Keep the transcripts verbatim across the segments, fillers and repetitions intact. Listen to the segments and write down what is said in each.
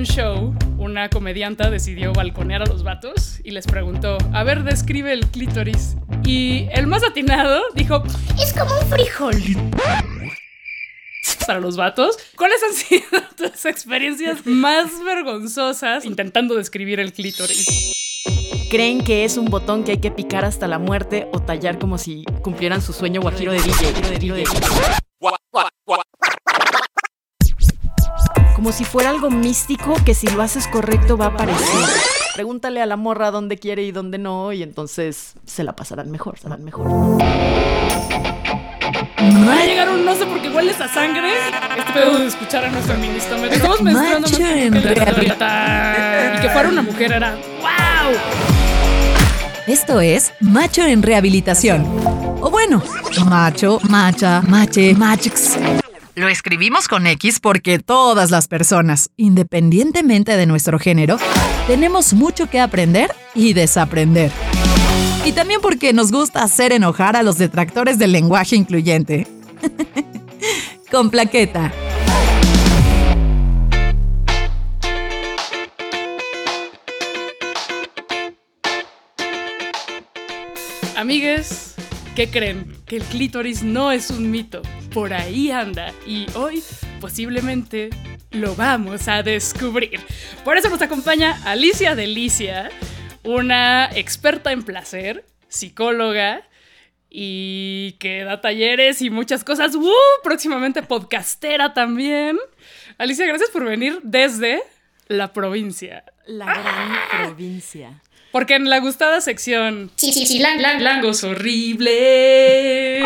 un show, una comedianta decidió balconear a los vatos y les preguntó, a ver, describe el clítoris. Y el más atinado dijo, es como un frijol. Para los vatos, ¿cuáles han sido tus experiencias más vergonzosas intentando describir el clítoris? Creen que es un botón que hay que picar hasta la muerte o tallar como si cumplieran su sueño guajiro de D J. Como si fuera algo místico que si lo haces correcto va a aparecer. Pregúntale a la morra dónde quiere y dónde no, y entonces se la pasarán mejor, se van mejor. Va a llegar un no sé por qué hueles a sangre. Este pedo de escuchar a nuestro feministómetro. Estamos menstruando más que la y que fuera una mujer era ¡wow! Esto es Macho en Rehabilitación. O bueno, macho, macha, mache, machx. Lo escribimos con X porque todas las personas, independientemente de nuestro género, tenemos mucho que aprender y desaprender. Y también porque nos gusta hacer enojar a los detractores del lenguaje incluyente. Con plaqueta. Amigues, ¿qué creen? Que el clítoris no es un mito. Por ahí anda. Y hoy, posiblemente, lo vamos a descubrir. Por eso nos acompaña Alicia Delicia, una experta en placer, psicóloga y que da talleres y muchas cosas. ¡Uh! Próximamente podcastera también. Alicia, gracias por venir desde la provincia. La gran provincia. Porque en la gustada sección sí, sí, sí, lang, lang, langos horribles,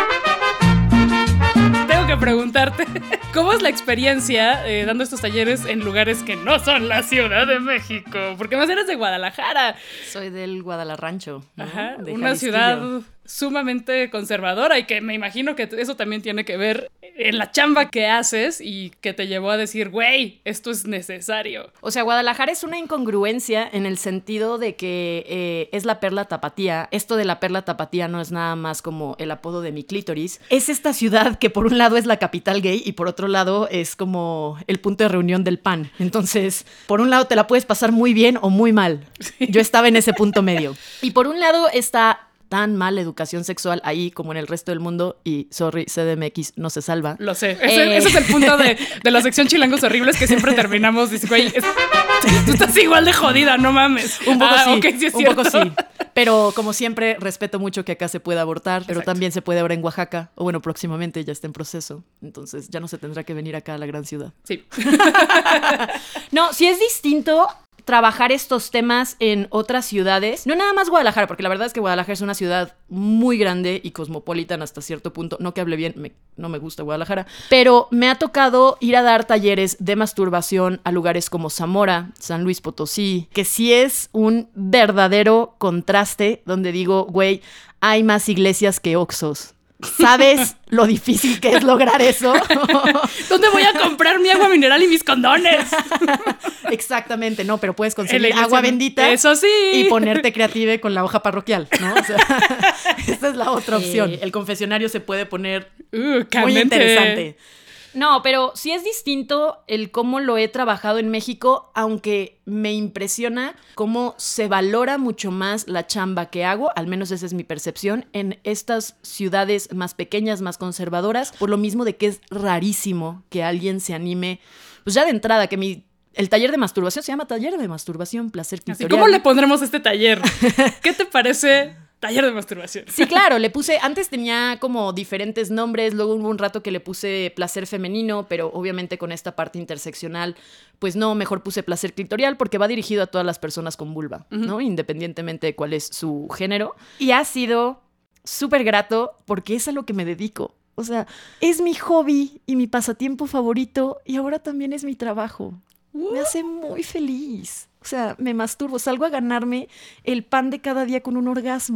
tengo que preguntarte, ¿cómo es la experiencia eh, dando estos talleres en lugares que no son la Ciudad de México? Porque más eres de Guadalajara. Soy del Guadalarrancho, ¿no? Ajá, de una Jalisquillo. ciudad sumamente conservadora y que me imagino que eso también tiene que ver en la chamba que haces y que te llevó a decir, güey, esto es necesario. O sea, Guadalajara es una incongruencia en el sentido de que eh, es la perla tapatía. Esto de la perla tapatía no es nada más como el apodo de mi clítoris. Es esta ciudad que por un lado es la capital gay y por otro lado es como el punto de reunión del P A N. Entonces, por un lado te la puedes pasar muy bien o muy mal. Sí. Yo estaba en ese punto medio. Y por un lado está tan mal educación sexual ahí como en el resto del mundo y, sorry, C D M X no se salva. Lo sé. Ese, eh. ese es el punto de, de la sección Chilangos Horribles que siempre terminamos diciendo, güey, es, tú estás igual de jodida, no mames. Un poco ah, sí, okay, sí es un cierto. poco sí. Pero como siempre, respeto mucho que acá se pueda abortar, pero Exacto. también se puede ahora en Oaxaca, o bueno, próximamente ya está en proceso. Entonces ya no se tendrá que venir acá a la gran ciudad. Sí. No, sí es distinto trabajar estos temas en otras ciudades, no nada más Guadalajara, porque la verdad es que Guadalajara es una ciudad muy grande y cosmopolitan hasta cierto punto, no que hable bien, me, no me gusta Guadalajara, pero me ha tocado ir a dar talleres de masturbación a lugares como Zamora, San Luis Potosí, que sí es un verdadero contraste donde digo, güey, hay más iglesias que oxxos. ¿Sabes lo difícil que es lograr eso? ¿Dónde voy a comprar mi agua mineral y mis condones? Exactamente, no, pero puedes conseguir agua bendita. Eso sí. Y ponerte creative con la hoja parroquial, ¿no? O sea, esta es la otra opción. Eh, el confesionario se puede poner uh, muy interesante. No, pero sí es distinto el cómo lo he trabajado en México, aunque me impresiona cómo se valora mucho más la chamba que hago, al menos esa es mi percepción, en estas ciudades más pequeñas, más conservadoras, por lo mismo de que es rarísimo que alguien se anime, pues ya de entrada, que mi... El taller de masturbación se llama Taller de Masturbación, Placer Clitorial. ¿Cómo le pondremos a este taller? ¿Qué te parece? Taller de masturbación. Sí, claro, le puse, antes tenía como diferentes nombres, luego hubo un rato que le puse placer femenino, pero obviamente con esta parte interseccional, pues no, mejor puse placer clitorial porque va dirigido a todas las personas con vulva, uh-huh. ¿no? Independientemente de cuál es su género. Y ha sido súper grato porque es a lo que me dedico. O sea, es mi hobby y mi pasatiempo favorito y ahora también es mi trabajo. Uh. Me hace muy feliz. O sea, me masturbo, salgo a ganarme el pan de cada día con un orgasmo.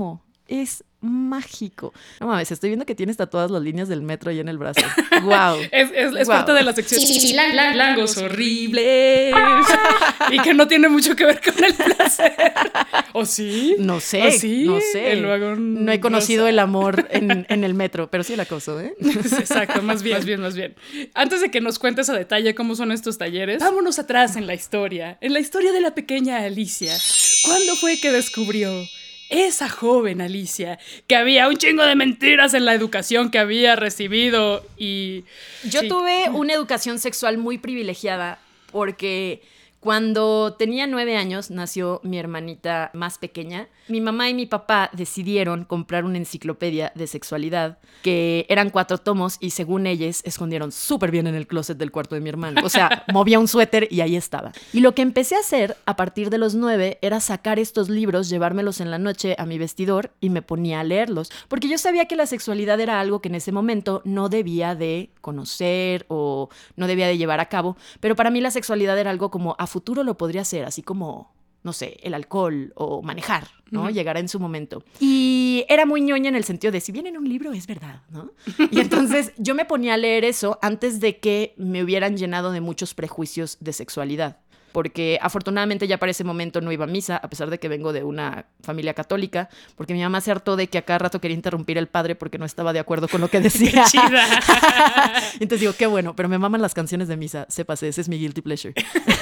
es mágico. No mames, estoy viendo que tienes tatuadas las líneas del metro ahí en el brazo. Wow. Es, es, es wow. parte de la sección. Sí, la, la, langos horribles. Y que no tiene mucho que ver con el placer. ¿O sí? No sé. ¿O sí? No sé. El vagón no he conocido rosa. el amor en, en el metro, pero sí el acoso, ¿eh? Exacto, más bien, más bien, más bien. Antes de que nos cuentes a detalle cómo son estos talleres, vámonos atrás en la historia. En la historia de la pequeña Alicia. ¿Cuándo fue que descubrió esa joven Alicia que había un chingo de mentiras en la educación que había recibido? Y yo sí. tuve una educación sexual muy privilegiada porque cuando tenía nueve años nació mi hermanita más pequeña. Mi mamá y mi papá decidieron comprar una enciclopedia de sexualidad que eran cuatro tomos y según ellos escondieron súper bien en el closet del cuarto de mi hermano. O sea, movía un suéter y ahí estaba. Y lo que empecé a hacer a partir de los nueve era sacar estos libros, llevármelos en la noche a mi vestidor y me ponía a leerlos. Porque yo sabía que la sexualidad era algo que en ese momento no debía de conocer o no debía de llevar a cabo. Pero para mí la sexualidad era algo como a futuro lo podría hacer, así como, no sé, el alcohol o manejar, ¿no? Uh-huh. Llegará en su momento. Y era muy ñoña en el sentido de si viene en un libro es verdad, ¿no? Y entonces yo me ponía a leer eso antes de que me hubieran llenado de muchos prejuicios de sexualidad. Porque afortunadamente ya para ese momento no iba a misa, a pesar de que vengo de una familia católica, porque mi mamá se hartó de que a cada rato quería interrumpir el padre porque no estaba de acuerdo con lo que decía. ¡Qué chida! Entonces digo, qué bueno, pero me maman las canciones de misa, sépase, ese es mi guilty pleasure.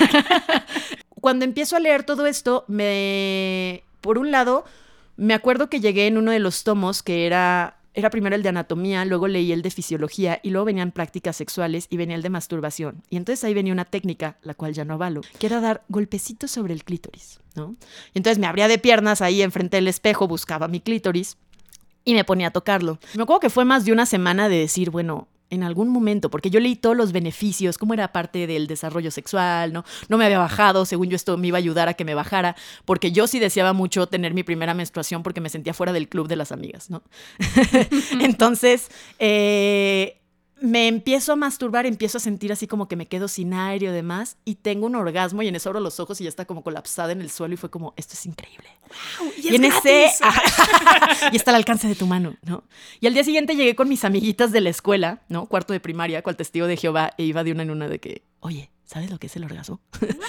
Cuando empiezo a leer todo esto, me... por un lado, me acuerdo que llegué en uno de los tomos que era... Era primero el de anatomía, luego leí el de fisiología y luego venían prácticas sexuales y venía el de masturbación. Y entonces ahí venía una técnica, la cual ya no avalo, que era dar golpecitos sobre el clítoris, ¿no? Y entonces me abría de piernas ahí enfrente del espejo, buscaba mi clítoris y me ponía a tocarlo. Me acuerdo que fue más de una semana de decir, bueno, en algún momento, porque yo leí todos los beneficios, cómo era parte del desarrollo sexual, ¿no? No me había bajado, según yo esto me iba a ayudar a que me bajara, porque yo sí deseaba mucho tener mi primera menstruación porque me sentía fuera del club de las amigas, ¿no? Entonces, eh, me empiezo a masturbar, empiezo a sentir así como que me quedo sin aire y demás, y tengo un orgasmo y en eso abro los ojos y ya está como colapsada en el suelo y fue como, esto es increíble. Wow, y, y en gratis. ese y está al alcance de tu mano, ¿no? Y al día siguiente llegué con mis amiguitas de la escuela, ¿no? Cuarto de primaria, cual testigo de Jehová, e iba de una en una de que, oye, ¿sabes lo que es el orgasmo?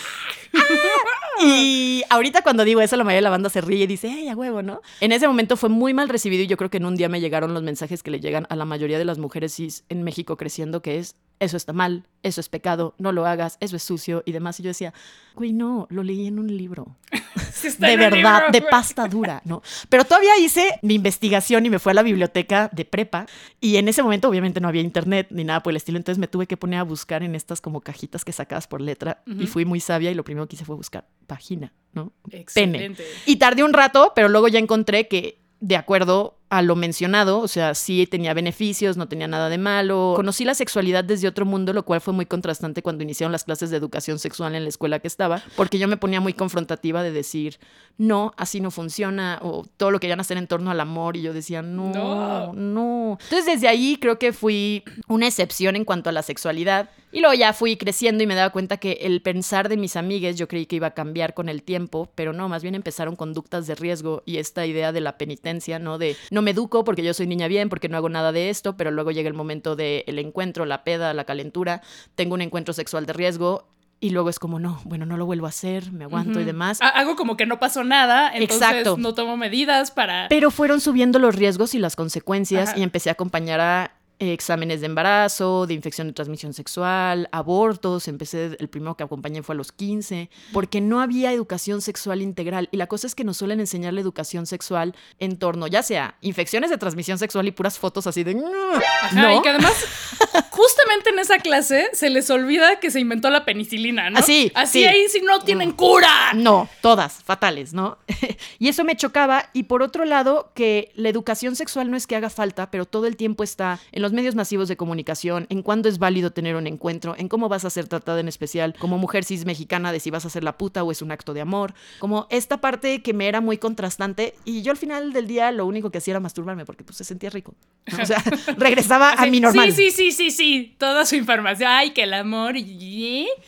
Y ahorita cuando digo eso, la mayoría de la banda se ríe y dice, ¡ay, a huevo!, ¿no? En ese momento fue muy mal recibido y yo creo que en un día me llegaron los mensajes que le llegan a la mayoría de las mujeres cis en México creciendo, que es, eso está mal, eso es pecado, no lo hagas, eso es sucio y demás. Y yo decía, güey, no, lo leí en un libro. Sí, está de en un verdad, libro, de güey. pasta dura, ¿no? Pero todavía hice mi investigación y me fui a la biblioteca de prepa y en ese momento obviamente no había internet ni nada por el estilo, entonces me tuve que poner a buscar en estas como cajitas que sacabas por letra uh-huh. y fui muy sabia y lo primero que hice fue buscar vagina, ¿no? Excelente. Pene. Y tardé un rato, pero luego ya encontré que de acuerdo a lo mencionado, o sea, sí tenía beneficios, no tenía nada de malo. Conocí la sexualidad desde otro mundo, lo cual fue muy contrastante cuando iniciaron las clases de educación sexual en la escuela que estaba, porque yo me ponía muy confrontativa de decir, no, así no funciona, o todo lo que querían hacer en torno al amor, y yo decía, no, no, no. Entonces desde ahí creo que fui una excepción en cuanto a la sexualidad, y luego ya fui creciendo y me daba cuenta que el pensar de mis amigues yo creí que iba a cambiar con el tiempo, pero no, más bien empezaron conductas de riesgo y esta idea de la penitencia, ¿no? De no me educo porque yo soy niña bien, porque no hago nada de esto, pero luego llega el momento del encuentro, la peda, la calentura, tengo un encuentro sexual de riesgo y luego es como, no, bueno, no lo vuelvo a hacer, me aguanto uh-huh. y demás. Hago como que no pasó nada, entonces Exacto. no tomo medidas para... Pero fueron subiendo los riesgos y las consecuencias. Ajá. Y empecé a acompañar a exámenes de embarazo, de infección de transmisión sexual, abortos. Empecé, el primero que acompañé fue a los quince, porque no había educación sexual integral. Y la cosa es que nos suelen enseñar la educación sexual en torno, ya sea infecciones de transmisión sexual y puras fotos así de... Ajá, ¿no? Y que además, justamente en esa clase se les olvida que se inventó la penicilina, ¿no? Así, Así sí. ahí sí no tienen cura. No, todas, fatales, ¿no? Y eso me chocaba. Y por otro lado, que la educación sexual no es que haga falta, pero todo el tiempo está en los medios masivos de comunicación, en cuándo es válido tener un encuentro, en cómo vas a ser tratada en especial como mujer cis mexicana, de si vas a ser la puta o es un acto de amor, como esta parte que me era muy contrastante y yo al final del día lo único que hacía era masturbarme porque pues se sentía rico, ¿no? O sea, regresaba a mi normal. Sí, sí, sí, sí, sí, toda su información, ay, que el amor y...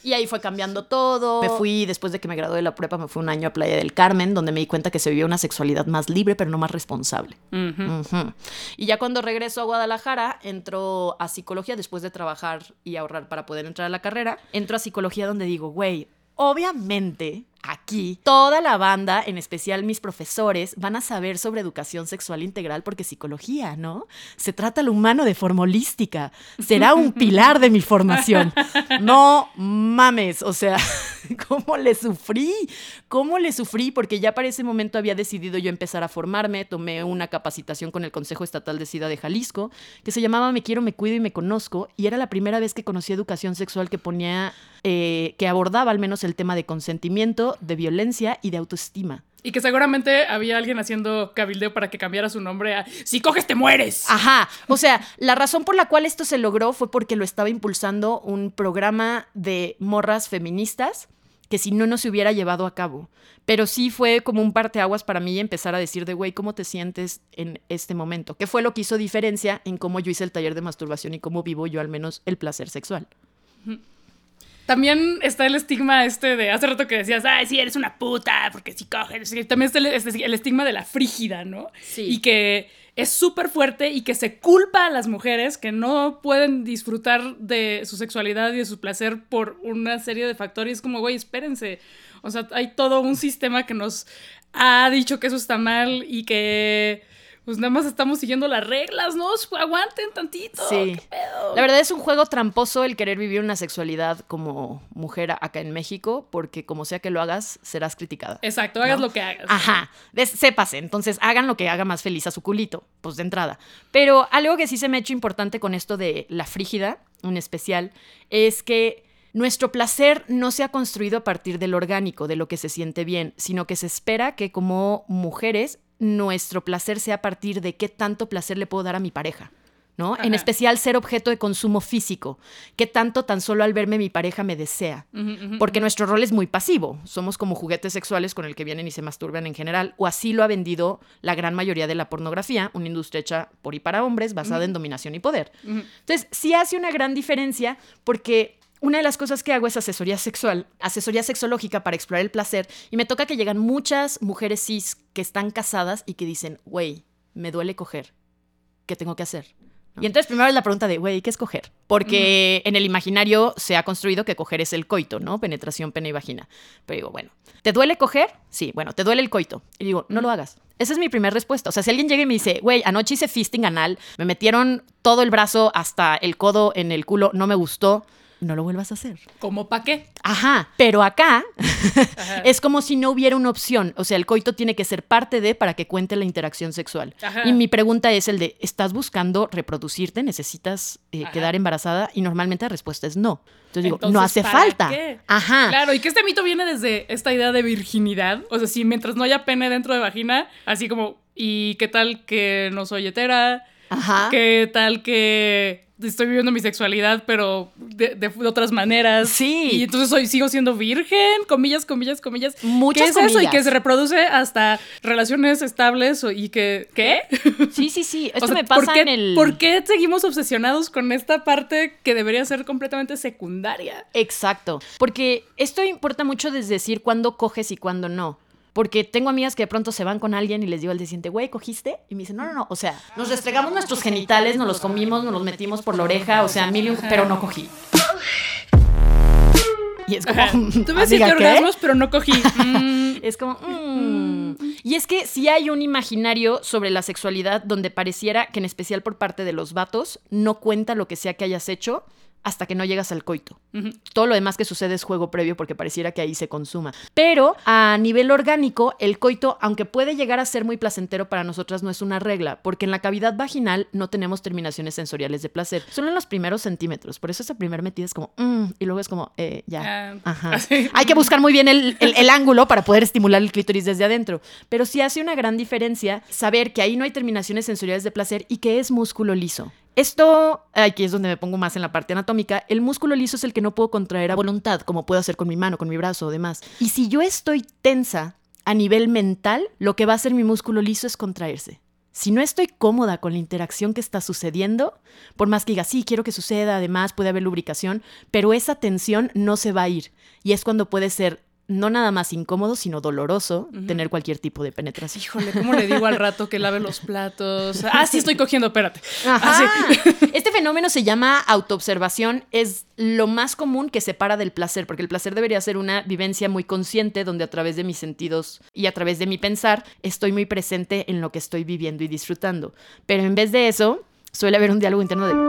Y ahí fue cambiando todo. Me fui, después de que me gradué de la prepa, me fui un año a Playa del Carmen, donde me di cuenta que se vivía una sexualidad más libre, pero no más responsable. Uh-huh. Uh-huh. Y ya cuando regreso a Guadalajara, entro a psicología, después de trabajar y ahorrar para poder entrar a la carrera, entro a psicología donde digo, güey, obviamente aquí toda la banda, en especial mis profesores, van a saber sobre educación sexual integral porque psicología, ¿no? Se trata lo humano de forma holística. Será un pilar de mi formación. No mames, o sea, ¿cómo le sufrí? ¿Cómo le sufrí? Porque ya para ese momento había decidido yo empezar a formarme. Tomé una capacitación con el Consejo Estatal de SIDA de Jalisco que se llamaba Me Quiero, Me Cuido y Me Conozco, y era la primera vez que conocí educación sexual que ponía, eh, que abordaba al menos el tema de consentimiento, de violencia y de autoestima. Y que seguramente había alguien haciendo cabildeo para que cambiara su nombre a Si coges te mueres. Ajá, o sea, la razón por la cual esto se logró fue porque lo estaba impulsando un programa de morras feministas que si no, no se hubiera llevado a cabo. Pero sí fue como un parteaguas para mí empezar a decir de, güey, ¿cómo te sientes en este momento? ¿Qué fue lo que hizo diferencia en cómo yo hice el taller de masturbación y cómo vivo yo al menos el placer sexual? También está el estigma este de hace rato que decías, ay, sí, eres una puta, porque si coges. También está el, el estigma de la frígida, ¿no? Sí. Y que es súper fuerte y que se culpa a las mujeres que no pueden disfrutar de su sexualidad y de su placer por una serie de factores. Es como, güey, espérense. O sea, hay todo un sistema que nos ha dicho que eso está mal y que pues nada más estamos siguiendo las reglas, ¿no? Aguanten tantito. Sí. ¿Qué pedo? La verdad es un juego tramposo el querer vivir una sexualidad como mujer acá en México, porque como sea que lo hagas, serás criticada. Exacto, hagas ¿no? lo que hagas. Ajá, Des- sépase. Entonces, hagan lo que haga más feliz a su culito, pues de entrada. Pero algo que sí se me ha hecho importante con esto de la frígida, en especial, es que nuestro placer no se ha construido a partir del orgánico, de lo que se siente bien, sino que se espera que como mujeres nuestro placer sea a partir de qué tanto placer le puedo dar a mi pareja, ¿no? Ajá. En especial ser objeto de consumo físico, qué tanto tan solo al verme mi pareja me desea, Uh-huh, uh-huh, porque nuestro rol es muy pasivo, somos como juguetes sexuales con el que vienen y se masturban en general, o así lo ha vendido la gran mayoría de la pornografía, una industria hecha por y para hombres basada uh-huh. en dominación y poder. Uh-huh. Entonces, sí hace una gran diferencia porque una de las cosas que hago es asesoría sexual, asesoría sexológica para explorar el placer, y me toca que llegan muchas mujeres cis que están casadas y que dicen, güey, me duele coger, ¿qué tengo que hacer? ¿No? Y entonces primero es la pregunta de, güey, ¿qué es coger? Porque mm. en el imaginario se ha construido que coger es el coito, ¿no? Penetración, pene y vagina. Pero digo, bueno, ¿te duele coger? Sí, bueno, ¿te duele el coito? Y digo, no mm. lo hagas. Esa es mi primera respuesta. O sea, si alguien llega y me dice, güey, anoche hice fisting anal, me metieron todo el brazo hasta el codo en el culo, no me gustó, no lo vuelvas a hacer. ¿Cómo pa' qué? Ajá, pero acá Ajá. es como si no hubiera una opción. O sea, el coito tiene que ser parte de para que cuente la interacción sexual. Ajá. Y mi pregunta es el de, ¿estás buscando reproducirte? ¿Necesitas eh, quedar embarazada? Y normalmente la respuesta es no. Entonces digo, Entonces, no hace ¿para falta. qué? Ajá. Claro, y que este mito viene desde esta idea de virginidad. O sea, si mientras no haya pene dentro de vagina, así como, ¿y qué tal que no soy hetera? Ajá. ¿Qué tal que estoy viviendo mi sexualidad, pero de, de, de otras maneras? Sí. Y entonces soy, sigo siendo virgen, comillas, comillas, comillas. Muchas ¿Qué es comillas. eso? Y que se reproduce hasta relaciones estables y que... ¿Qué? Sí, sí, sí. Esto o sea, me pasa ¿por qué, en el... ¿por qué seguimos obsesionados con esta parte que debería ser completamente secundaria? Exacto. Porque esto importa mucho desde decir cuándo coges y cuándo no. Porque tengo amigas que de pronto se van con alguien y les digo al día siguiente, güey, ¿cogiste? Y me dicen, no, no, no, o sea, nos restregamos nuestros genitales, nos los comimos, nos los metimos por la oreja, o sea, mil y un... pero no cogí. Y es como, tuve siete orgasmos, pero no cogí. Mm. Es como, mm. Y es que sí hay un imaginario sobre la sexualidad donde pareciera que en especial por parte de los vatos no cuenta lo que sea que hayas hecho hasta que no llegas al coito. Uh-huh. Todo lo demás que sucede es juego previo porque pareciera que ahí se consuma. Pero a nivel orgánico, el coito, aunque puede llegar a ser muy placentero para nosotras, no es una regla, porque en la cavidad vaginal no tenemos terminaciones sensoriales de placer. Solo en los primeros centímetros. Por eso esa primera metida es como, mm, y luego es como, eh, ya. Uh, Ajá. Así. Hay que buscar muy bien el, el, el ángulo para poder estimular el clítoris desde adentro. Pero sí hace una gran diferencia saber que ahí no hay terminaciones sensoriales de placer y que es músculo liso. Esto, aquí es donde me pongo más en la parte anatómica, el músculo liso es el que no puedo contraer a voluntad, como puedo hacer con mi mano, con mi brazo o demás. Y si yo estoy tensa a nivel mental, lo que va a hacer mi músculo liso es contraerse. si no estoy cómoda con la interacción que está sucediendo, por más que diga, sí, quiero que suceda, además puede haber lubricación, pero esa tensión no se va a ir. Y es cuando puede ser no nada más incómodo, sino doloroso uh-huh. tener cualquier tipo de penetración. Híjole, ¿cómo le digo al rato que lave los platos? Ah, sí, estoy cogiendo, espérate. Ajá. Este fenómeno se llama autoobservación. Es lo más común que separa del placer, porque el placer debería ser una vivencia muy consciente, donde a través de mis sentidos y a través de mi pensar, estoy muy presente en lo que estoy viviendo y disfrutando. Pero en vez de eso, suele haber un diálogo interno de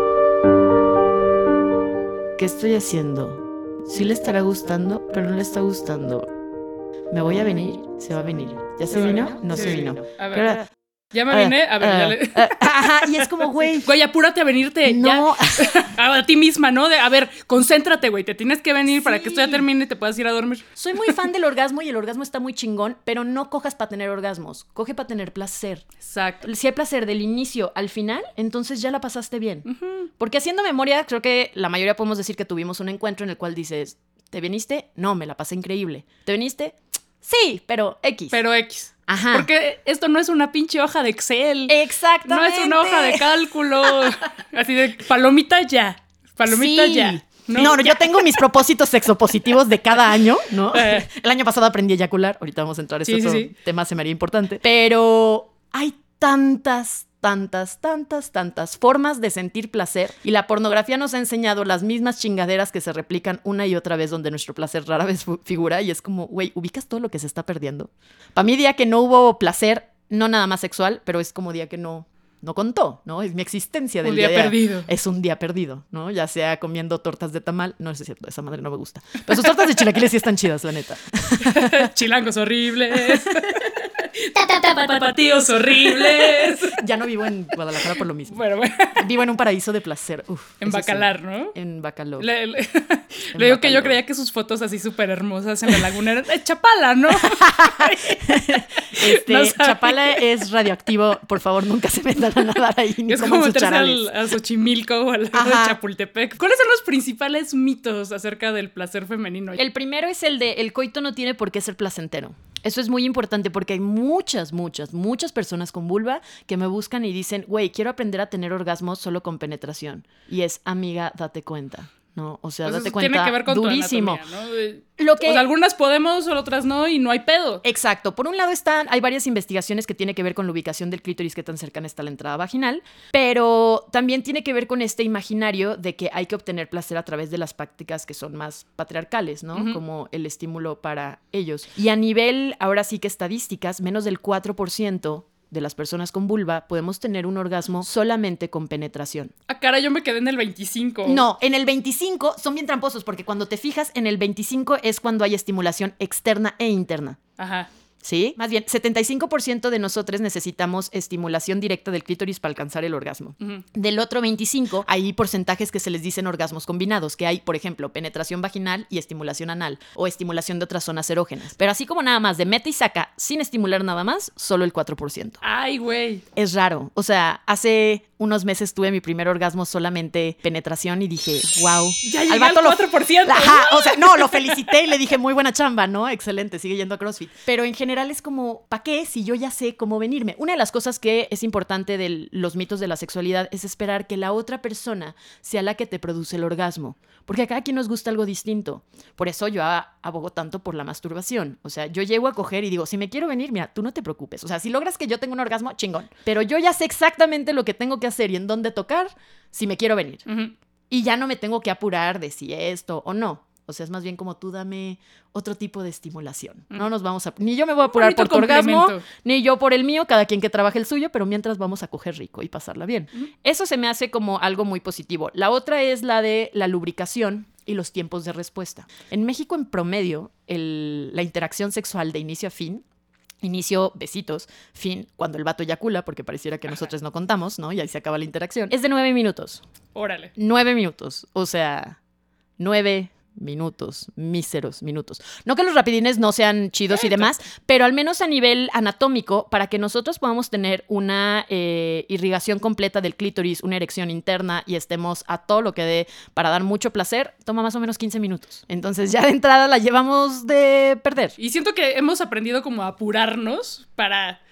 ¿qué estoy haciendo? Sí le estará gustando, pero no le está gustando. ¿Me voy a venir? Se va a venir. ¿Ya se vino? No sí, se vino. A ver, pero, ya me vine, a ver, uh, ya le... uh, ajá, y es como, güey. Güey, apúrate a venirte. No. Ya. A ti misma, ¿no? De, a ver, concéntrate, güey. Te tienes que venir sí. para que esto ya termine y te puedas ir a dormir. Soy muy fan del orgasmo y el orgasmo está muy chingón, pero no cojas para tener orgasmos. Coge para tener placer. Exacto. Si hay placer del inicio al final, entonces ya la pasaste bien. Uh-huh. Porque haciendo memoria, creo que la mayoría podemos decir que tuvimos un encuentro en el cual dices, ¿te viniste? No, me la pasé increíble. ¿Te viniste? Sí, pero X. Pero X. Ajá. Porque esto no es una pinche hoja de Excel. Exactamente. No es una hoja de cálculo. Así de palomita ya. Palomita sí. ya. No, no, no yo tengo mis propósitos sexopositivos de cada año, ¿no? Eh. El año pasado aprendí a eyacular. Ahorita vamos a entrar a este sí, otro sí, sí. tema, se me haría importante. Pero hay tantas, tantas, tantas, tantas formas de sentir placer y la pornografía nos ha enseñado las mismas chingaderas que se replican una y otra vez donde nuestro placer rara vez figura y es como, güey, ¿ubicas todo lo que se está perdiendo? Para mí día que no hubo placer, no nada más sexual, pero es como día que no, no contó, ¿no? Es mi existencia del un día, día perdido. Es un día perdido, ¿no? Ya sea comiendo tortas de tamal, no es cierto, esa madre no me gusta. Pero sus tortas de chilaquiles sí están chidas, la neta. Chilangos horribles. Tapatíos horribles. Ya no vivo en Guadalajara por lo mismo. Bueno, bueno. Vivo en un paraíso de placer. Uf, en Bacalar, sí. ¿no? En Bacalar. Le, le, le digo que yo creía que sus fotos así súper hermosas en la laguna eran de Chapala, ¿no? este, no Chapala es radioactivo. Por favor, nunca se metan a nadar ahí. Ni es como meterse al, a Xochimilco o al lago de Chapultepec. ¿Cuáles son los principales mitos acerca del placer femenino? El primero es el de el coito no tiene por qué ser placentero. Eso es muy importante porque hay muchas, muchas, muchas personas con vulva que me buscan y dicen, güey, quiero aprender a tener orgasmos solo con penetración. Y es, amiga, date cuenta, ¿no? O sea, pues date cuenta, tiene que ver con durísimo. Tu anatomía, ¿no? Lo que... O sea, algunas podemos, otras no, y no hay pedo. Exacto. Por un lado están, hay varias investigaciones que tienen que ver con la ubicación del clítoris, qué tan cercana está la entrada vaginal, pero también tiene que ver con este imaginario de que hay que obtener placer a través de las prácticas que son más patriarcales, ¿no? Uh-huh. Como el estímulo para ellos. Y a nivel, ahora sí que estadísticas, menos del cuatro por ciento de las personas con vulva podemos tener un orgasmo solamente con penetración. Ah, cara, yo me quedé en el veinticinco. No, en el veinticinco son bien tramposos porque cuando te fijas, en el veinticinco es cuando hay estimulación externa e interna. Ajá. ¿Sí? Más bien, setenta y cinco por ciento de nosotros necesitamos estimulación directa del clítoris para alcanzar el orgasmo. Uh-huh. Del otro veinticinco, hay porcentajes que se les dicen orgasmos combinados, que hay, por ejemplo, penetración vaginal y estimulación anal, o estimulación de otras zonas erógenas. Pero así como nada más de mete y saca, sin estimular nada más, solo el cuatro por ciento. ¡Ay, güey! Es raro. O sea, hace unos meses tuve mi primer orgasmo solamente penetración y dije, wow. Ya llegué al cuatro por ciento. Lo... Ajá, o sea, no, lo felicité y le dije, muy buena chamba, ¿no? Excelente, sigue yendo a CrossFit. Pero en general es como, ¿para qué si yo ya sé cómo venirme? Una de las cosas que es importante de los mitos de la sexualidad es esperar que la otra persona sea la que te produce el orgasmo. Porque a cada quien nos gusta algo distinto. Por eso yo abogo tanto por la masturbación. O sea, yo llego a coger y digo, si me quiero venir, mira, tú no te preocupes. O sea, si logras que yo tenga un orgasmo, chingón. Pero yo ya sé exactamente lo que tengo que hacer y en dónde tocar si me quiero venir. Uh-huh. Y ya no me tengo que apurar de si esto o no. O sea, es más bien como tú dame otro tipo de estimulación. Uh-huh. No nos vamos a... Ni yo me voy a apurar por tu orgasmo, ni yo por el mío, cada quien que trabaje el suyo, pero mientras vamos a coger rico y pasarla bien. Uh-huh. Eso se me hace como algo muy positivo. La otra es la de la lubricación y los tiempos de respuesta. En México, en promedio, el, la interacción sexual de inicio a fin, inicio, besitos, fin, cuando el vato eyacula, porque pareciera que nosotros no contamos, ¿no? Y ahí se acaba la interacción. Es de nueve minutos. Órale. Nueve minutos. O sea, nueve minutos, míseros minutos. No que los rapidines no sean chidos y demás, pero al menos a nivel anatómico, para que nosotros podamos tener una eh, irrigación completa del clítoris, una erección interna y estemos a todo lo que dé para dar mucho placer, toma más o menos quince minutos. Entonces ya de entrada la llevamos de perder. Y siento que hemos aprendido como a apurarnos para...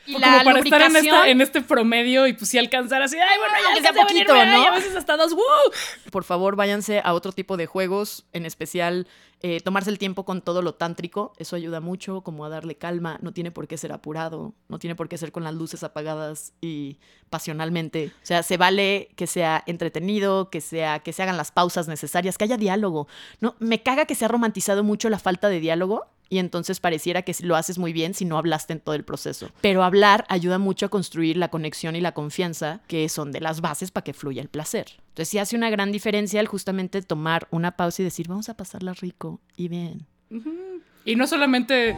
Y o la como para estar en, lubricación, esta, en este promedio y pues sí alcanzar así, ay, bueno, ya aunque sea alcancé a poquito, venirme, ¿no? ay, a veces hasta dos, ¡woo! por favor, váyanse a otro tipo de juegos, en especial eh, tomarse el tiempo con todo lo tántrico. Eso ayuda mucho, como a darle calma. No tiene por qué ser apurado, no tiene por qué ser con las luces apagadas y pasionalmente. O sea, se vale que sea entretenido, que sea que se hagan las pausas necesarias, que haya diálogo. No, me caga que se ha romantizado mucho la falta de diálogo. Y entonces pareciera que lo haces muy bien si no hablaste en todo el proceso. Pero hablar ayuda mucho a construir la conexión y la confianza, que son de las bases para que fluya el placer. Entonces sí hace una gran diferencia el justamente tomar una pausa y decir, vamos a pasarla rico y bien. Uh-huh. Y no solamente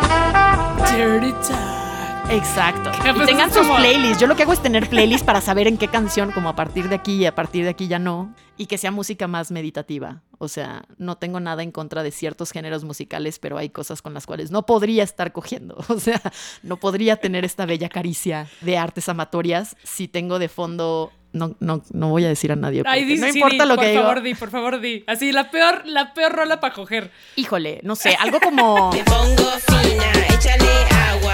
dirty time. Exacto. Que, pues, y tengan es sus como... playlists. Yo lo que hago es tener playlists para saber en qué canción, como a partir de aquí y a partir de aquí ya no. Y que sea música más meditativa. O sea, no tengo nada en contra de ciertos géneros musicales, pero hay cosas con las cuales no podría estar cogiendo. O sea, no podría tener esta bella caricia de artes amatorias si tengo de fondo... No, no, no voy a decir a nadie. Ay, di, no sí, importa di, lo por que digo. Por favor, di, por favor, di. Así, la peor, la peor rola para coger. Híjole, no sé, algo como... Me pongo fina, échale agua.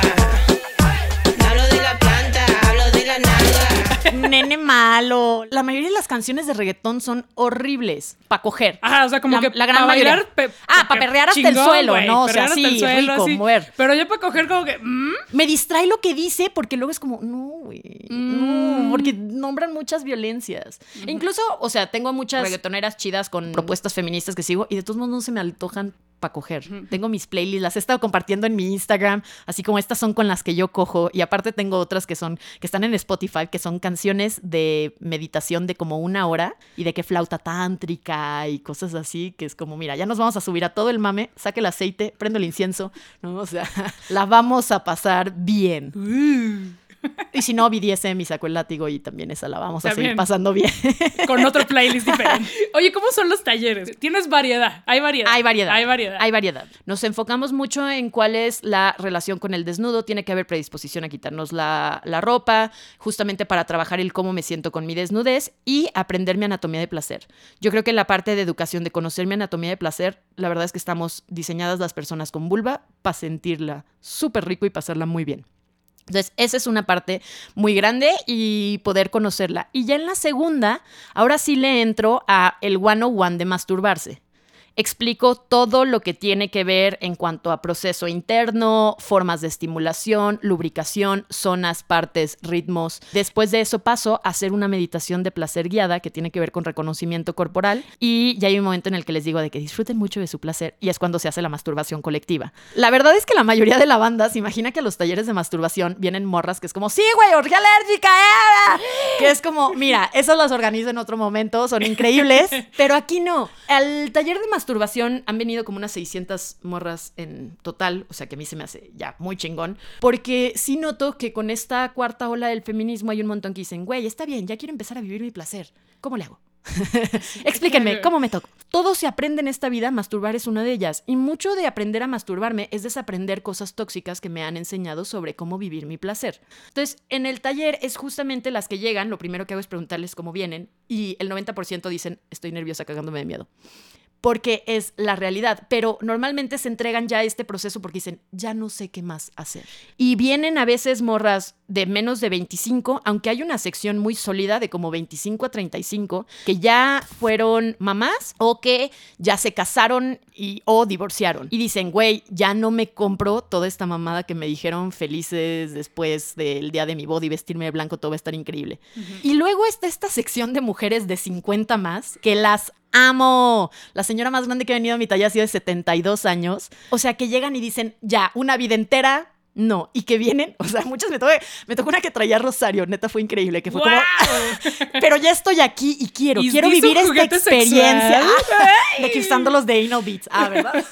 No hablo de la planta, hablo de la nalga. Nene malo. La mayoría de las canciones de reggaetón son horribles para coger. Ajá, o sea, como la, que la gran para mayoría. bailar... Pe- ah, para perrear hasta chingón, el suelo, güey, ¿no? O perrear sea, hasta el sí, suelo, rico, así. mover. Pero ya para coger como que... ¿mm? Me distrae lo que dice porque luego es como, no, güey, Mm. no, porque nombran muchas violencias. Mm-hmm. E incluso, o sea, tengo muchas reggaetoneras chidas con propuestas feministas que sigo y de todos modos no se me antojan para coger. Mm-hmm. Tengo mis playlists, las he estado compartiendo en mi Instagram, así como estas son con las que yo cojo y aparte tengo otras que son, que están en Spotify, que son canciones de meditación de como una hora y de que flauta tántrica y cosas así, que es como, mira, ya nos vamos a subir a todo el mame, saque el aceite, prendo el incienso, ¿no? O sea, la vamos a pasar bien. Uh. Y si no, B D S M y sacó el látigo y también esa la vamos a También. seguir pasando bien. Con otro playlist diferente. Oye, ¿cómo son los talleres? Tienes variedad, hay variedad. Hay variedad. Hay variedad. Hay variedad. Nos enfocamos mucho en cuál es la relación con el desnudo. Tiene que haber predisposición a quitarnos la, la ropa, justamente para trabajar el cómo me siento con mi desnudez y aprender mi anatomía de placer. Yo creo que en la parte de educación de conocer mi anatomía de placer, la verdad es que estamos diseñadas las personas con vulva para sentirla súper rico y pasarla muy bien. Entonces, esa es una parte muy grande y poder conocerla. Y ya en la segunda, ahora sí le entro a el one oh one de masturbarse. Explico todo lo que tiene que ver en cuanto a proceso interno, formas de estimulación, lubricación, zonas, partes, ritmos. Después de eso paso a hacer una meditación de placer guiada que tiene que ver con reconocimiento corporal y ya hay un momento en el que les digo de que disfruten mucho de su placer y es cuando se hace la masturbación colectiva. La verdad es que la mayoría de la banda se imagina que a los talleres de masturbación vienen morras que es como, sí, güey, orgía alérgica, ¡eh! Que es como, mira, eso las organizo en otro momento, son increíbles, pero aquí no. Al taller de masturbación masturbación han venido como unas seiscientas morras en total, o sea que a mí se me hace ya muy chingón, porque sí noto que con esta cuarta ola del feminismo hay un montón que dicen, güey, está bien, ya quiero empezar a vivir mi placer, ¿cómo le hago? Explíquenme, ¿cómo me toco? Todo se aprende en esta vida, masturbar es una de ellas. Y mucho de aprender a masturbarme es desaprender cosas tóxicas que me han enseñado sobre cómo vivir mi placer. Entonces, en el taller es justamente las que llegan, lo primero que hago es preguntarles cómo vienen y el noventa por ciento dicen, estoy nerviosa cagándome de miedo. Porque es la realidad, pero normalmente se entregan ya a este proceso porque dicen, ya no sé qué más hacer. Y vienen a veces morras de menos de veinticinco, aunque hay una sección muy sólida de como veinticinco a treinta y cinco, que ya fueron mamás o que ya se casaron y, o divorciaron. Y dicen, güey, ya no me compro toda esta mamada que me dijeron felices después del día de mi boda y vestirme de blanco, todo va a estar increíble. Uh-huh. Y luego está esta sección de mujeres de cincuenta más, que las amo. La señora más grande que ha venido a mi taller ha sido de setenta y dos años. O sea, que llegan y dicen, ya, una vida entera, no. Y que vienen, o sea, muchas me tocó, me tocó una que traía rosario, neta fue increíble, que fue wow. como, pero ya estoy aquí y quiero, quiero vivir esta experiencia. Ah, aquí usando los de Anal Beats. Ah, ¿verdad?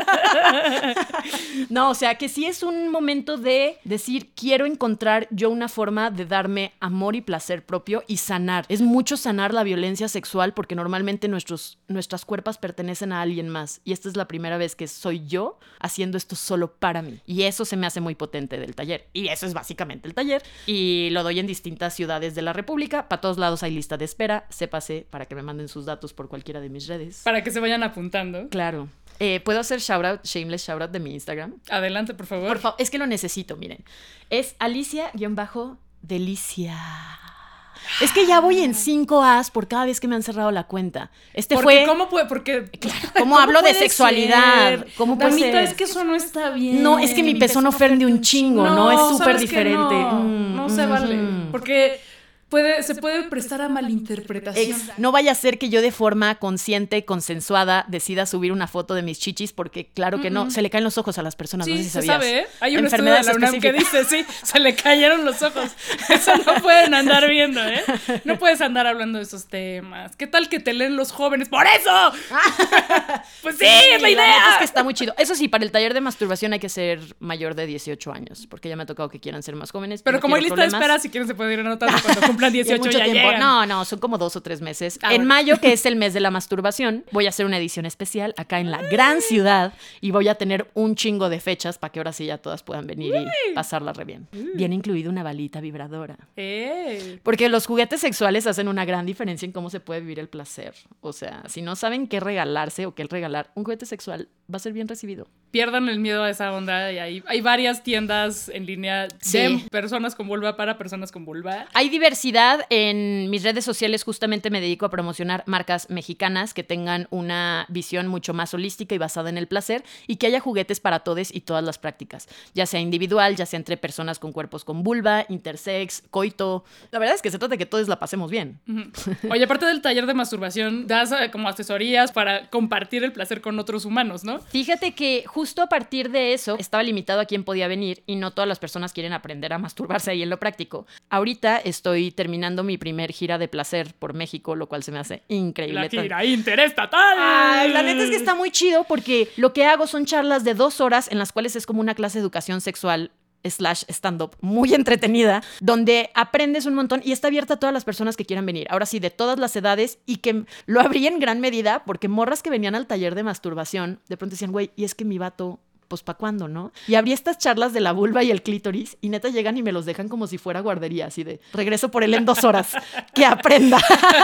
No, o sea, que sí es un momento de decir, quiero encontrar yo una forma de darme amor y placer propio y sanar. Es mucho sanar la violencia sexual porque normalmente nuestros, nuestras cuerpos pertenecen a alguien más y esta es la primera vez que soy yo haciendo esto solo para mí. Y eso se me hace muy potente del taller. Y eso es básicamente el taller. Y lo doy en distintas ciudades de la República. Para todos lados hay lista de espera. Sépase para que me manden sus datos por cualquiera de mis redes. Para que se vayan apuntando. Claro. Eh, ¿Puedo hacer shoutout, shameless shoutout de mi Instagram? Adelante, por favor. Por favor, es que lo necesito, miren. Es Alicia-Delicia. Es que ya voy en cinco As por cada vez que me han cerrado la cuenta. Este Porque, fue... ¿Cómo puede? Porque... Claro, ¿cómo hablo de puede sexualidad? ser? ¿Cómo puede Damita, ser? es que eso no está bien. No, es que mi pezón ofende un chingo, ¿no? Es súper ¿sabes qué? diferente. No, Mm, no se mm, vale. mm. Porque puede, se puede prestar a malinterpretación. Ex- no vaya a ser que yo de forma consciente, consensuada, decida subir una foto de mis chichis, porque claro que no, se le caen los ojos a las personas, Sí, no sé si se sabías. sabe, ¿eh? Hay un estudio de Enfermedades la UNAM que específicas. dice, sí, se le cayeron los ojos. Eso no pueden andar viendo, ¿eh? No puedes andar hablando de esos temas. ¿Qué tal que te leen los jóvenes? ¡Por eso! Pues sí, es la neta idea. es que está muy chido. Eso sí, para el taller de masturbación hay que ser mayor de dieciocho años, porque ya me ha tocado que quieran ser más jóvenes. Pero no como hay quiero lista de problemas. espera, si quieren se pueden ir anotando cuando cumplan Y en dieciocho mucho ya tiempo. llegan. No, no, son como dos o tres meses. Ah, en bueno. mayo, que es el mes de la masturbación, voy a hacer una edición especial acá en la gran ciudad y voy a tener un chingo de fechas para que ahora sí ya todas puedan venir y pasarla re bien. Viene incluido una balita vibradora. Eh. Porque los juguetes sexuales hacen una gran diferencia en cómo se puede vivir el placer. O sea, si no saben qué regalarse o qué regalar, un juguete sexual va a ser bien recibido. Pierdan el miedo a esa onda y hay, hay varias tiendas en línea Sí. de personas con vulva para personas con vulva. Hay diversidad. En mis redes sociales justamente me dedico a promocionar marcas mexicanas que tengan una visión mucho más holística y basada en el placer y que haya juguetes para todos y todas las prácticas, ya sea individual, ya sea entre personas con cuerpos con vulva, intersex, coito. La verdad es que se trata de que todos la pasemos bien. Ujú. Oye, aparte del taller de masturbación, das eh, como asesorías para compartir el placer con otros humanos, ¿no? Fíjate que justo a partir de eso estaba limitado a quién podía venir y no todas las personas quieren aprender a masturbarse ahí en lo práctico. Ahorita estoy terminando mi primer gira de placer por México, lo cual se me hace increíble. La gira interestatal. Ay, la neta es que está muy chido porque lo que hago son charlas de dos horas en las cuales es como una clase de educación sexual slash stand-up muy entretenida, donde aprendes un montón y está abierta a todas las personas que quieran venir. Ahora sí, de todas las edades, y que lo abrí en gran medida porque morras que venían al taller de masturbación de pronto decían, güey, y es que mi vato... pues ¿pa' cuándo, no? Y abrí estas charlas de la vulva y el clítoris y neta llegan y me los dejan como si fuera guardería, así de regreso por él en dos horas, que aprenda.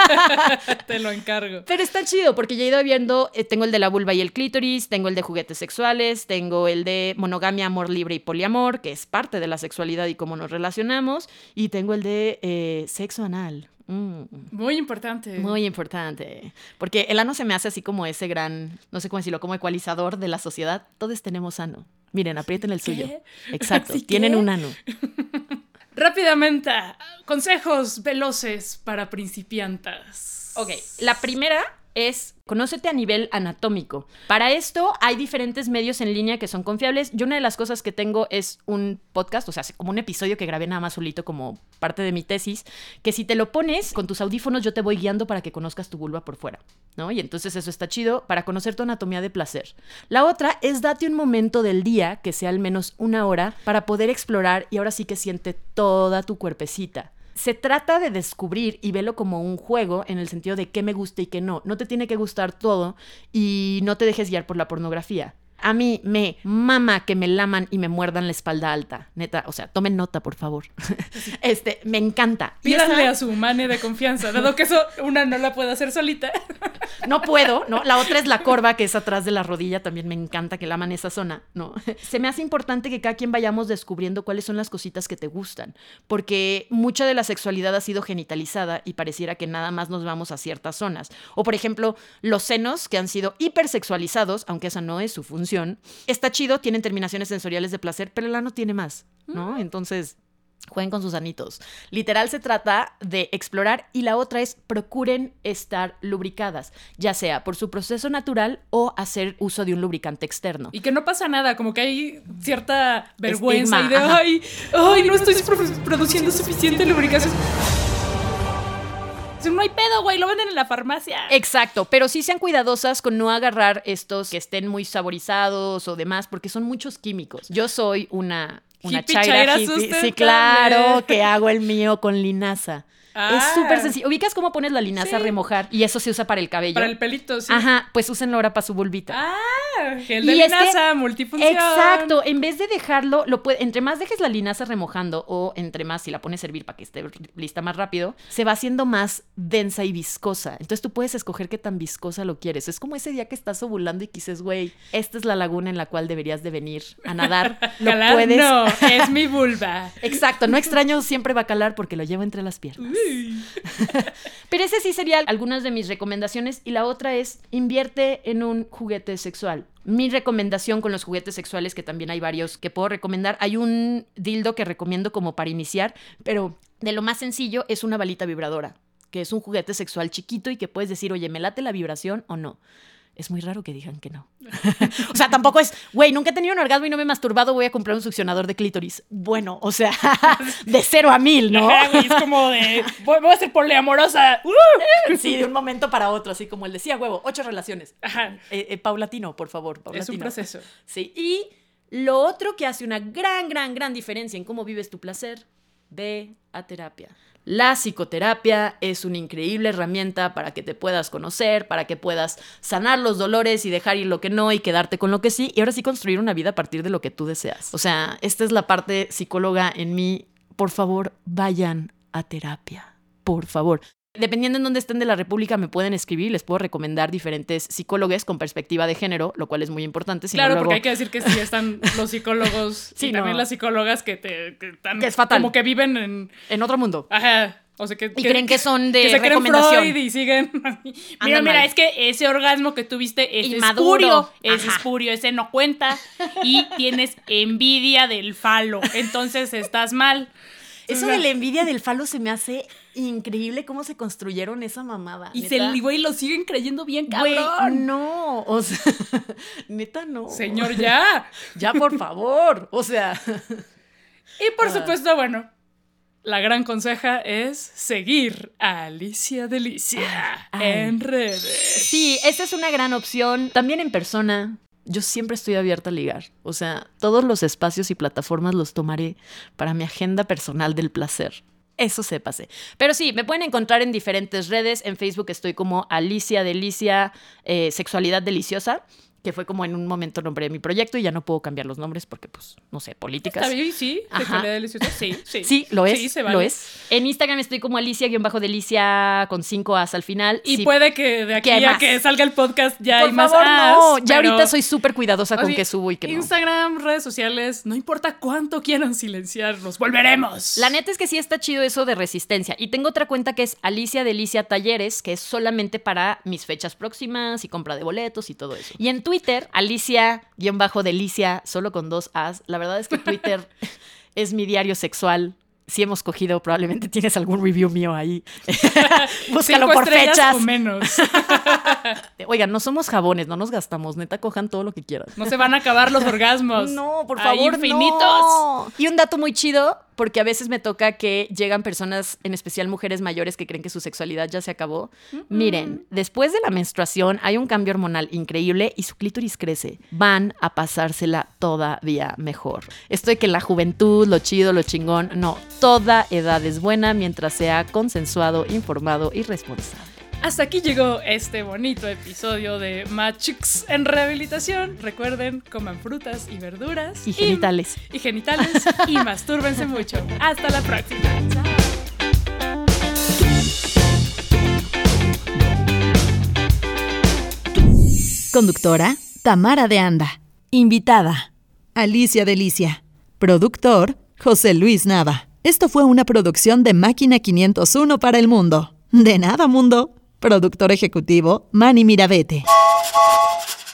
Te lo encargo. Pero está chido porque ya he ido viendo, eh, tengo el de la vulva y el clítoris, tengo el de juguetes sexuales, tengo el de monogamia, amor libre y poliamor, que es parte de la sexualidad y cómo nos relacionamos, y tengo el de eh, sexo anal. Mm. Muy importante. Muy importante. Porque el ano se me hace así como ese gran, no sé cómo decirlo, como ecualizador de la sociedad. Todos tenemos ano. Miren, aprieten el suyo. ¿Qué? Exacto, ¿Sí tienen qué? un ano. Rápidamente, consejos veloces para principiantas. Ok, la primera es conócete a nivel anatómico. Para esto hay diferentes medios en línea que son confiables. Yo una de las cosas que tengo es un podcast, o sea, como un episodio que grabé nada más solito como parte de mi tesis, que si te lo pones con tus audífonos yo te voy guiando para que conozcas tu vulva por fuera, ¿no? Y entonces eso está chido para conocer tu anatomía de placer. La otra es date un momento del día, que sea al menos una hora, para poder explorar y ahora sí que siente toda tu cuerpecita. Se trata de descubrir y verlo como un juego en el sentido de qué me gusta y qué no. No te tiene que gustar todo y no te dejes guiar por la pornografía. A mí me mama que me laman y me muerdan la espalda alta. Neta, o sea, tomen nota, por favor. Este, me encanta. Y Pídanle esa- a su mane de confianza, dado que eso una no la puede hacer solita. No puedo, ¿no? La otra es la corva, que es atrás de la rodilla. También me encanta que laman esa zona, ¿no? Se me hace importante que cada quien vayamos descubriendo cuáles son las cositas que te gustan. Porque mucha de la sexualidad ha sido genitalizada y pareciera que nada más nos vamos a ciertas zonas. O, por ejemplo, los senos, que han sido hipersexualizados, aunque esa no es su función. Está chido, tienen terminaciones sensoriales de placer, pero el ano tiene más, ¿no? Entonces... jueguen con sus anitos. Literal se trata de explorar y la otra es procuren estar lubricadas, ya sea por su proceso natural o hacer uso de un lubricante externo. Y que no pasa nada, como que hay cierta vergüenza Estigma, y de, ajá. ay, ay, no estoy pro- produciendo suficiente lubricación. No hay pedo, güey, lo venden en la farmacia. Exacto, pero sí sean cuidadosas con no agarrar estos que estén muy saborizados o demás, porque son muchos químicos. Yo soy una, una Hippie chaira chaira hippie. Sí, sustentable. claro, que hago el mío con linaza. Ah. Es súper sencillo. ¿Ubicas cómo pones la linaza Sí. a remojar? Y eso se usa para el cabello. Para el pelito, sí. Ajá, pues úsenlo ahora para su vulvita. Ah, gel de Y es que- linaza, multifunción. Exacto, en vez de dejarlo, lo puede, entre más dejes la linaza remojando o entre más si la pones a hervir para que esté lista más rápido, se va haciendo más densa y viscosa. Entonces tú puedes escoger qué tan viscosa lo quieres. Es como ese día que estás ovulando y que dices, güey, esta es la laguna en la cual deberías de venir a nadar. Lo Calar, puedes... no, es mi vulva. Exacto, no extraño siempre bacalar porque lo llevo entre las piernas. Pero ese sí sería algunas de mis recomendaciones. Y la otra es, invierte en un juguete sexual. Mi recomendación con los juguetes sexuales, que también hay varios que puedo recomendar, hay un dildo que recomiendo como para iniciar, pero de lo más sencillo es una balita vibradora, que es un juguete sexual chiquito y que puedes decir, oye, ¿me late la vibración o no? Es muy raro que digan que no. O sea, tampoco es, güey, nunca he tenido un orgasmo y no me he masturbado, voy a comprar un succionador de clítoris. Bueno, o sea, de cero a mil, ¿no? Ajá, güey, es como de, voy, voy a ser poliamorosa. Uh. Sí, de un momento para otro, así como él decía, huevo, ocho relaciones. Ajá. Eh, eh, paulatino, por favor, paulatino. Es un proceso. Sí, y lo otro que hace una gran, gran, gran diferencia en cómo vives tu placer, ve a terapia. La psicoterapia es una increíble herramienta para que te puedas conocer, para que puedas sanar los dolores y dejar ir lo que no y quedarte con lo que sí, y ahora sí construir una vida a partir de lo que tú deseas. O sea, esta es la parte psicóloga en mí. Por favor, vayan a terapia. Por favor. Dependiendo en dónde estén de la República, me pueden escribir y les puedo recomendar diferentes psicólogos con perspectiva de género, lo cual es muy importante. Si no, Claro, luego... porque hay que decir que sí están los psicólogos Sí, y también no. las psicólogas que te que están Que es fatal. como que viven en En otro mundo. ajá, o sea que Y creen que son de que se creen recomendación. Freud y siguen mira, Andan mira, mal. es que ese orgasmo que tuviste es Inmaduro. espurio, es Ajá. espurio, ese no cuenta y tienes envidia del falo, entonces estás mal. Eso O sea, de la envidia del falo se me hace increíble cómo se construyeron esa mamada. y neta. se güey lo siguen creyendo bien Güey, cabrón. no, o sea, neta no. Señor, ya. Ya, por favor, o sea. Y por Ah. supuesto, bueno, la gran conseja es seguir a Alicia Delicia Ay. en redes. Sí, esa es una gran opción. También en persona. Yo siempre estoy abierta a ligar. O sea, todos los espacios y plataformas los tomaré para mi agenda personal del placer. Eso sépase. Pero sí, me pueden encontrar en diferentes redes. En Facebook estoy como Alicia Delicia, eh, Sexualidad Deliciosa, que fue como en un momento nombré mi proyecto y ya no puedo cambiar los nombres porque, pues, no sé, políticas. ¿Está bien? Sí, Ajá. sexualidad deliciosa. Sí, sí. Sí, lo es, Sí, se vale. lo es. En Instagram estoy como Alicia-Delicia con cinco As al final. Y Sí, puede que de aquí ¿Qué a más? que salga el podcast ya por hay más favor, as, no. Ya pero- ahorita soy súper cuidadosa con Así, qué subo y qué no. Instagram, redes sociales, no importa cuánto quieran silenciarnos, volveremos. La neta es que sí está chido eso de resistencia. Y tengo otra cuenta que es Alicia Delicia Talleres, que es solamente para mis fechas próximas y compra de boletos y todo eso. Y en Twitter, Alicia-Delicia, solo con dos As. La verdad es que Twitter es mi diario sexual. Si hemos cogido, probablemente tienes algún review mío ahí. Búscalo Cinco por estrellas fechas. o menos. Oigan, no somos jabones, no nos gastamos. Neta, cojan todo lo que quieran. No se van a acabar los orgasmos. No, por Hay favor, infinitos. no. Y un dato muy chido, porque a veces me toca que llegan personas, en especial mujeres mayores, que creen que su sexualidad ya se acabó. Miren, después de la menstruación hay un cambio hormonal increíble y su clítoris crece. Van a pasársela todavía mejor. Esto de que la juventud, lo chido, lo chingón, no. Toda edad es buena mientras sea consensuado, informado y responsable. Hasta aquí llegó este bonito episodio de Machix en rehabilitación. Recuerden, coman frutas y verduras. Y genitales. Y, genitales. Y mastúrbense mucho. Hasta la próxima. Conductora, Tamara de Anda. Invitada, Alicia Delicia. Productor, José Luis Nava. Esto fue una producción de Máquina quinientos uno para el mundo. De nada, mundo. Productor ejecutivo, Manny Mirabete.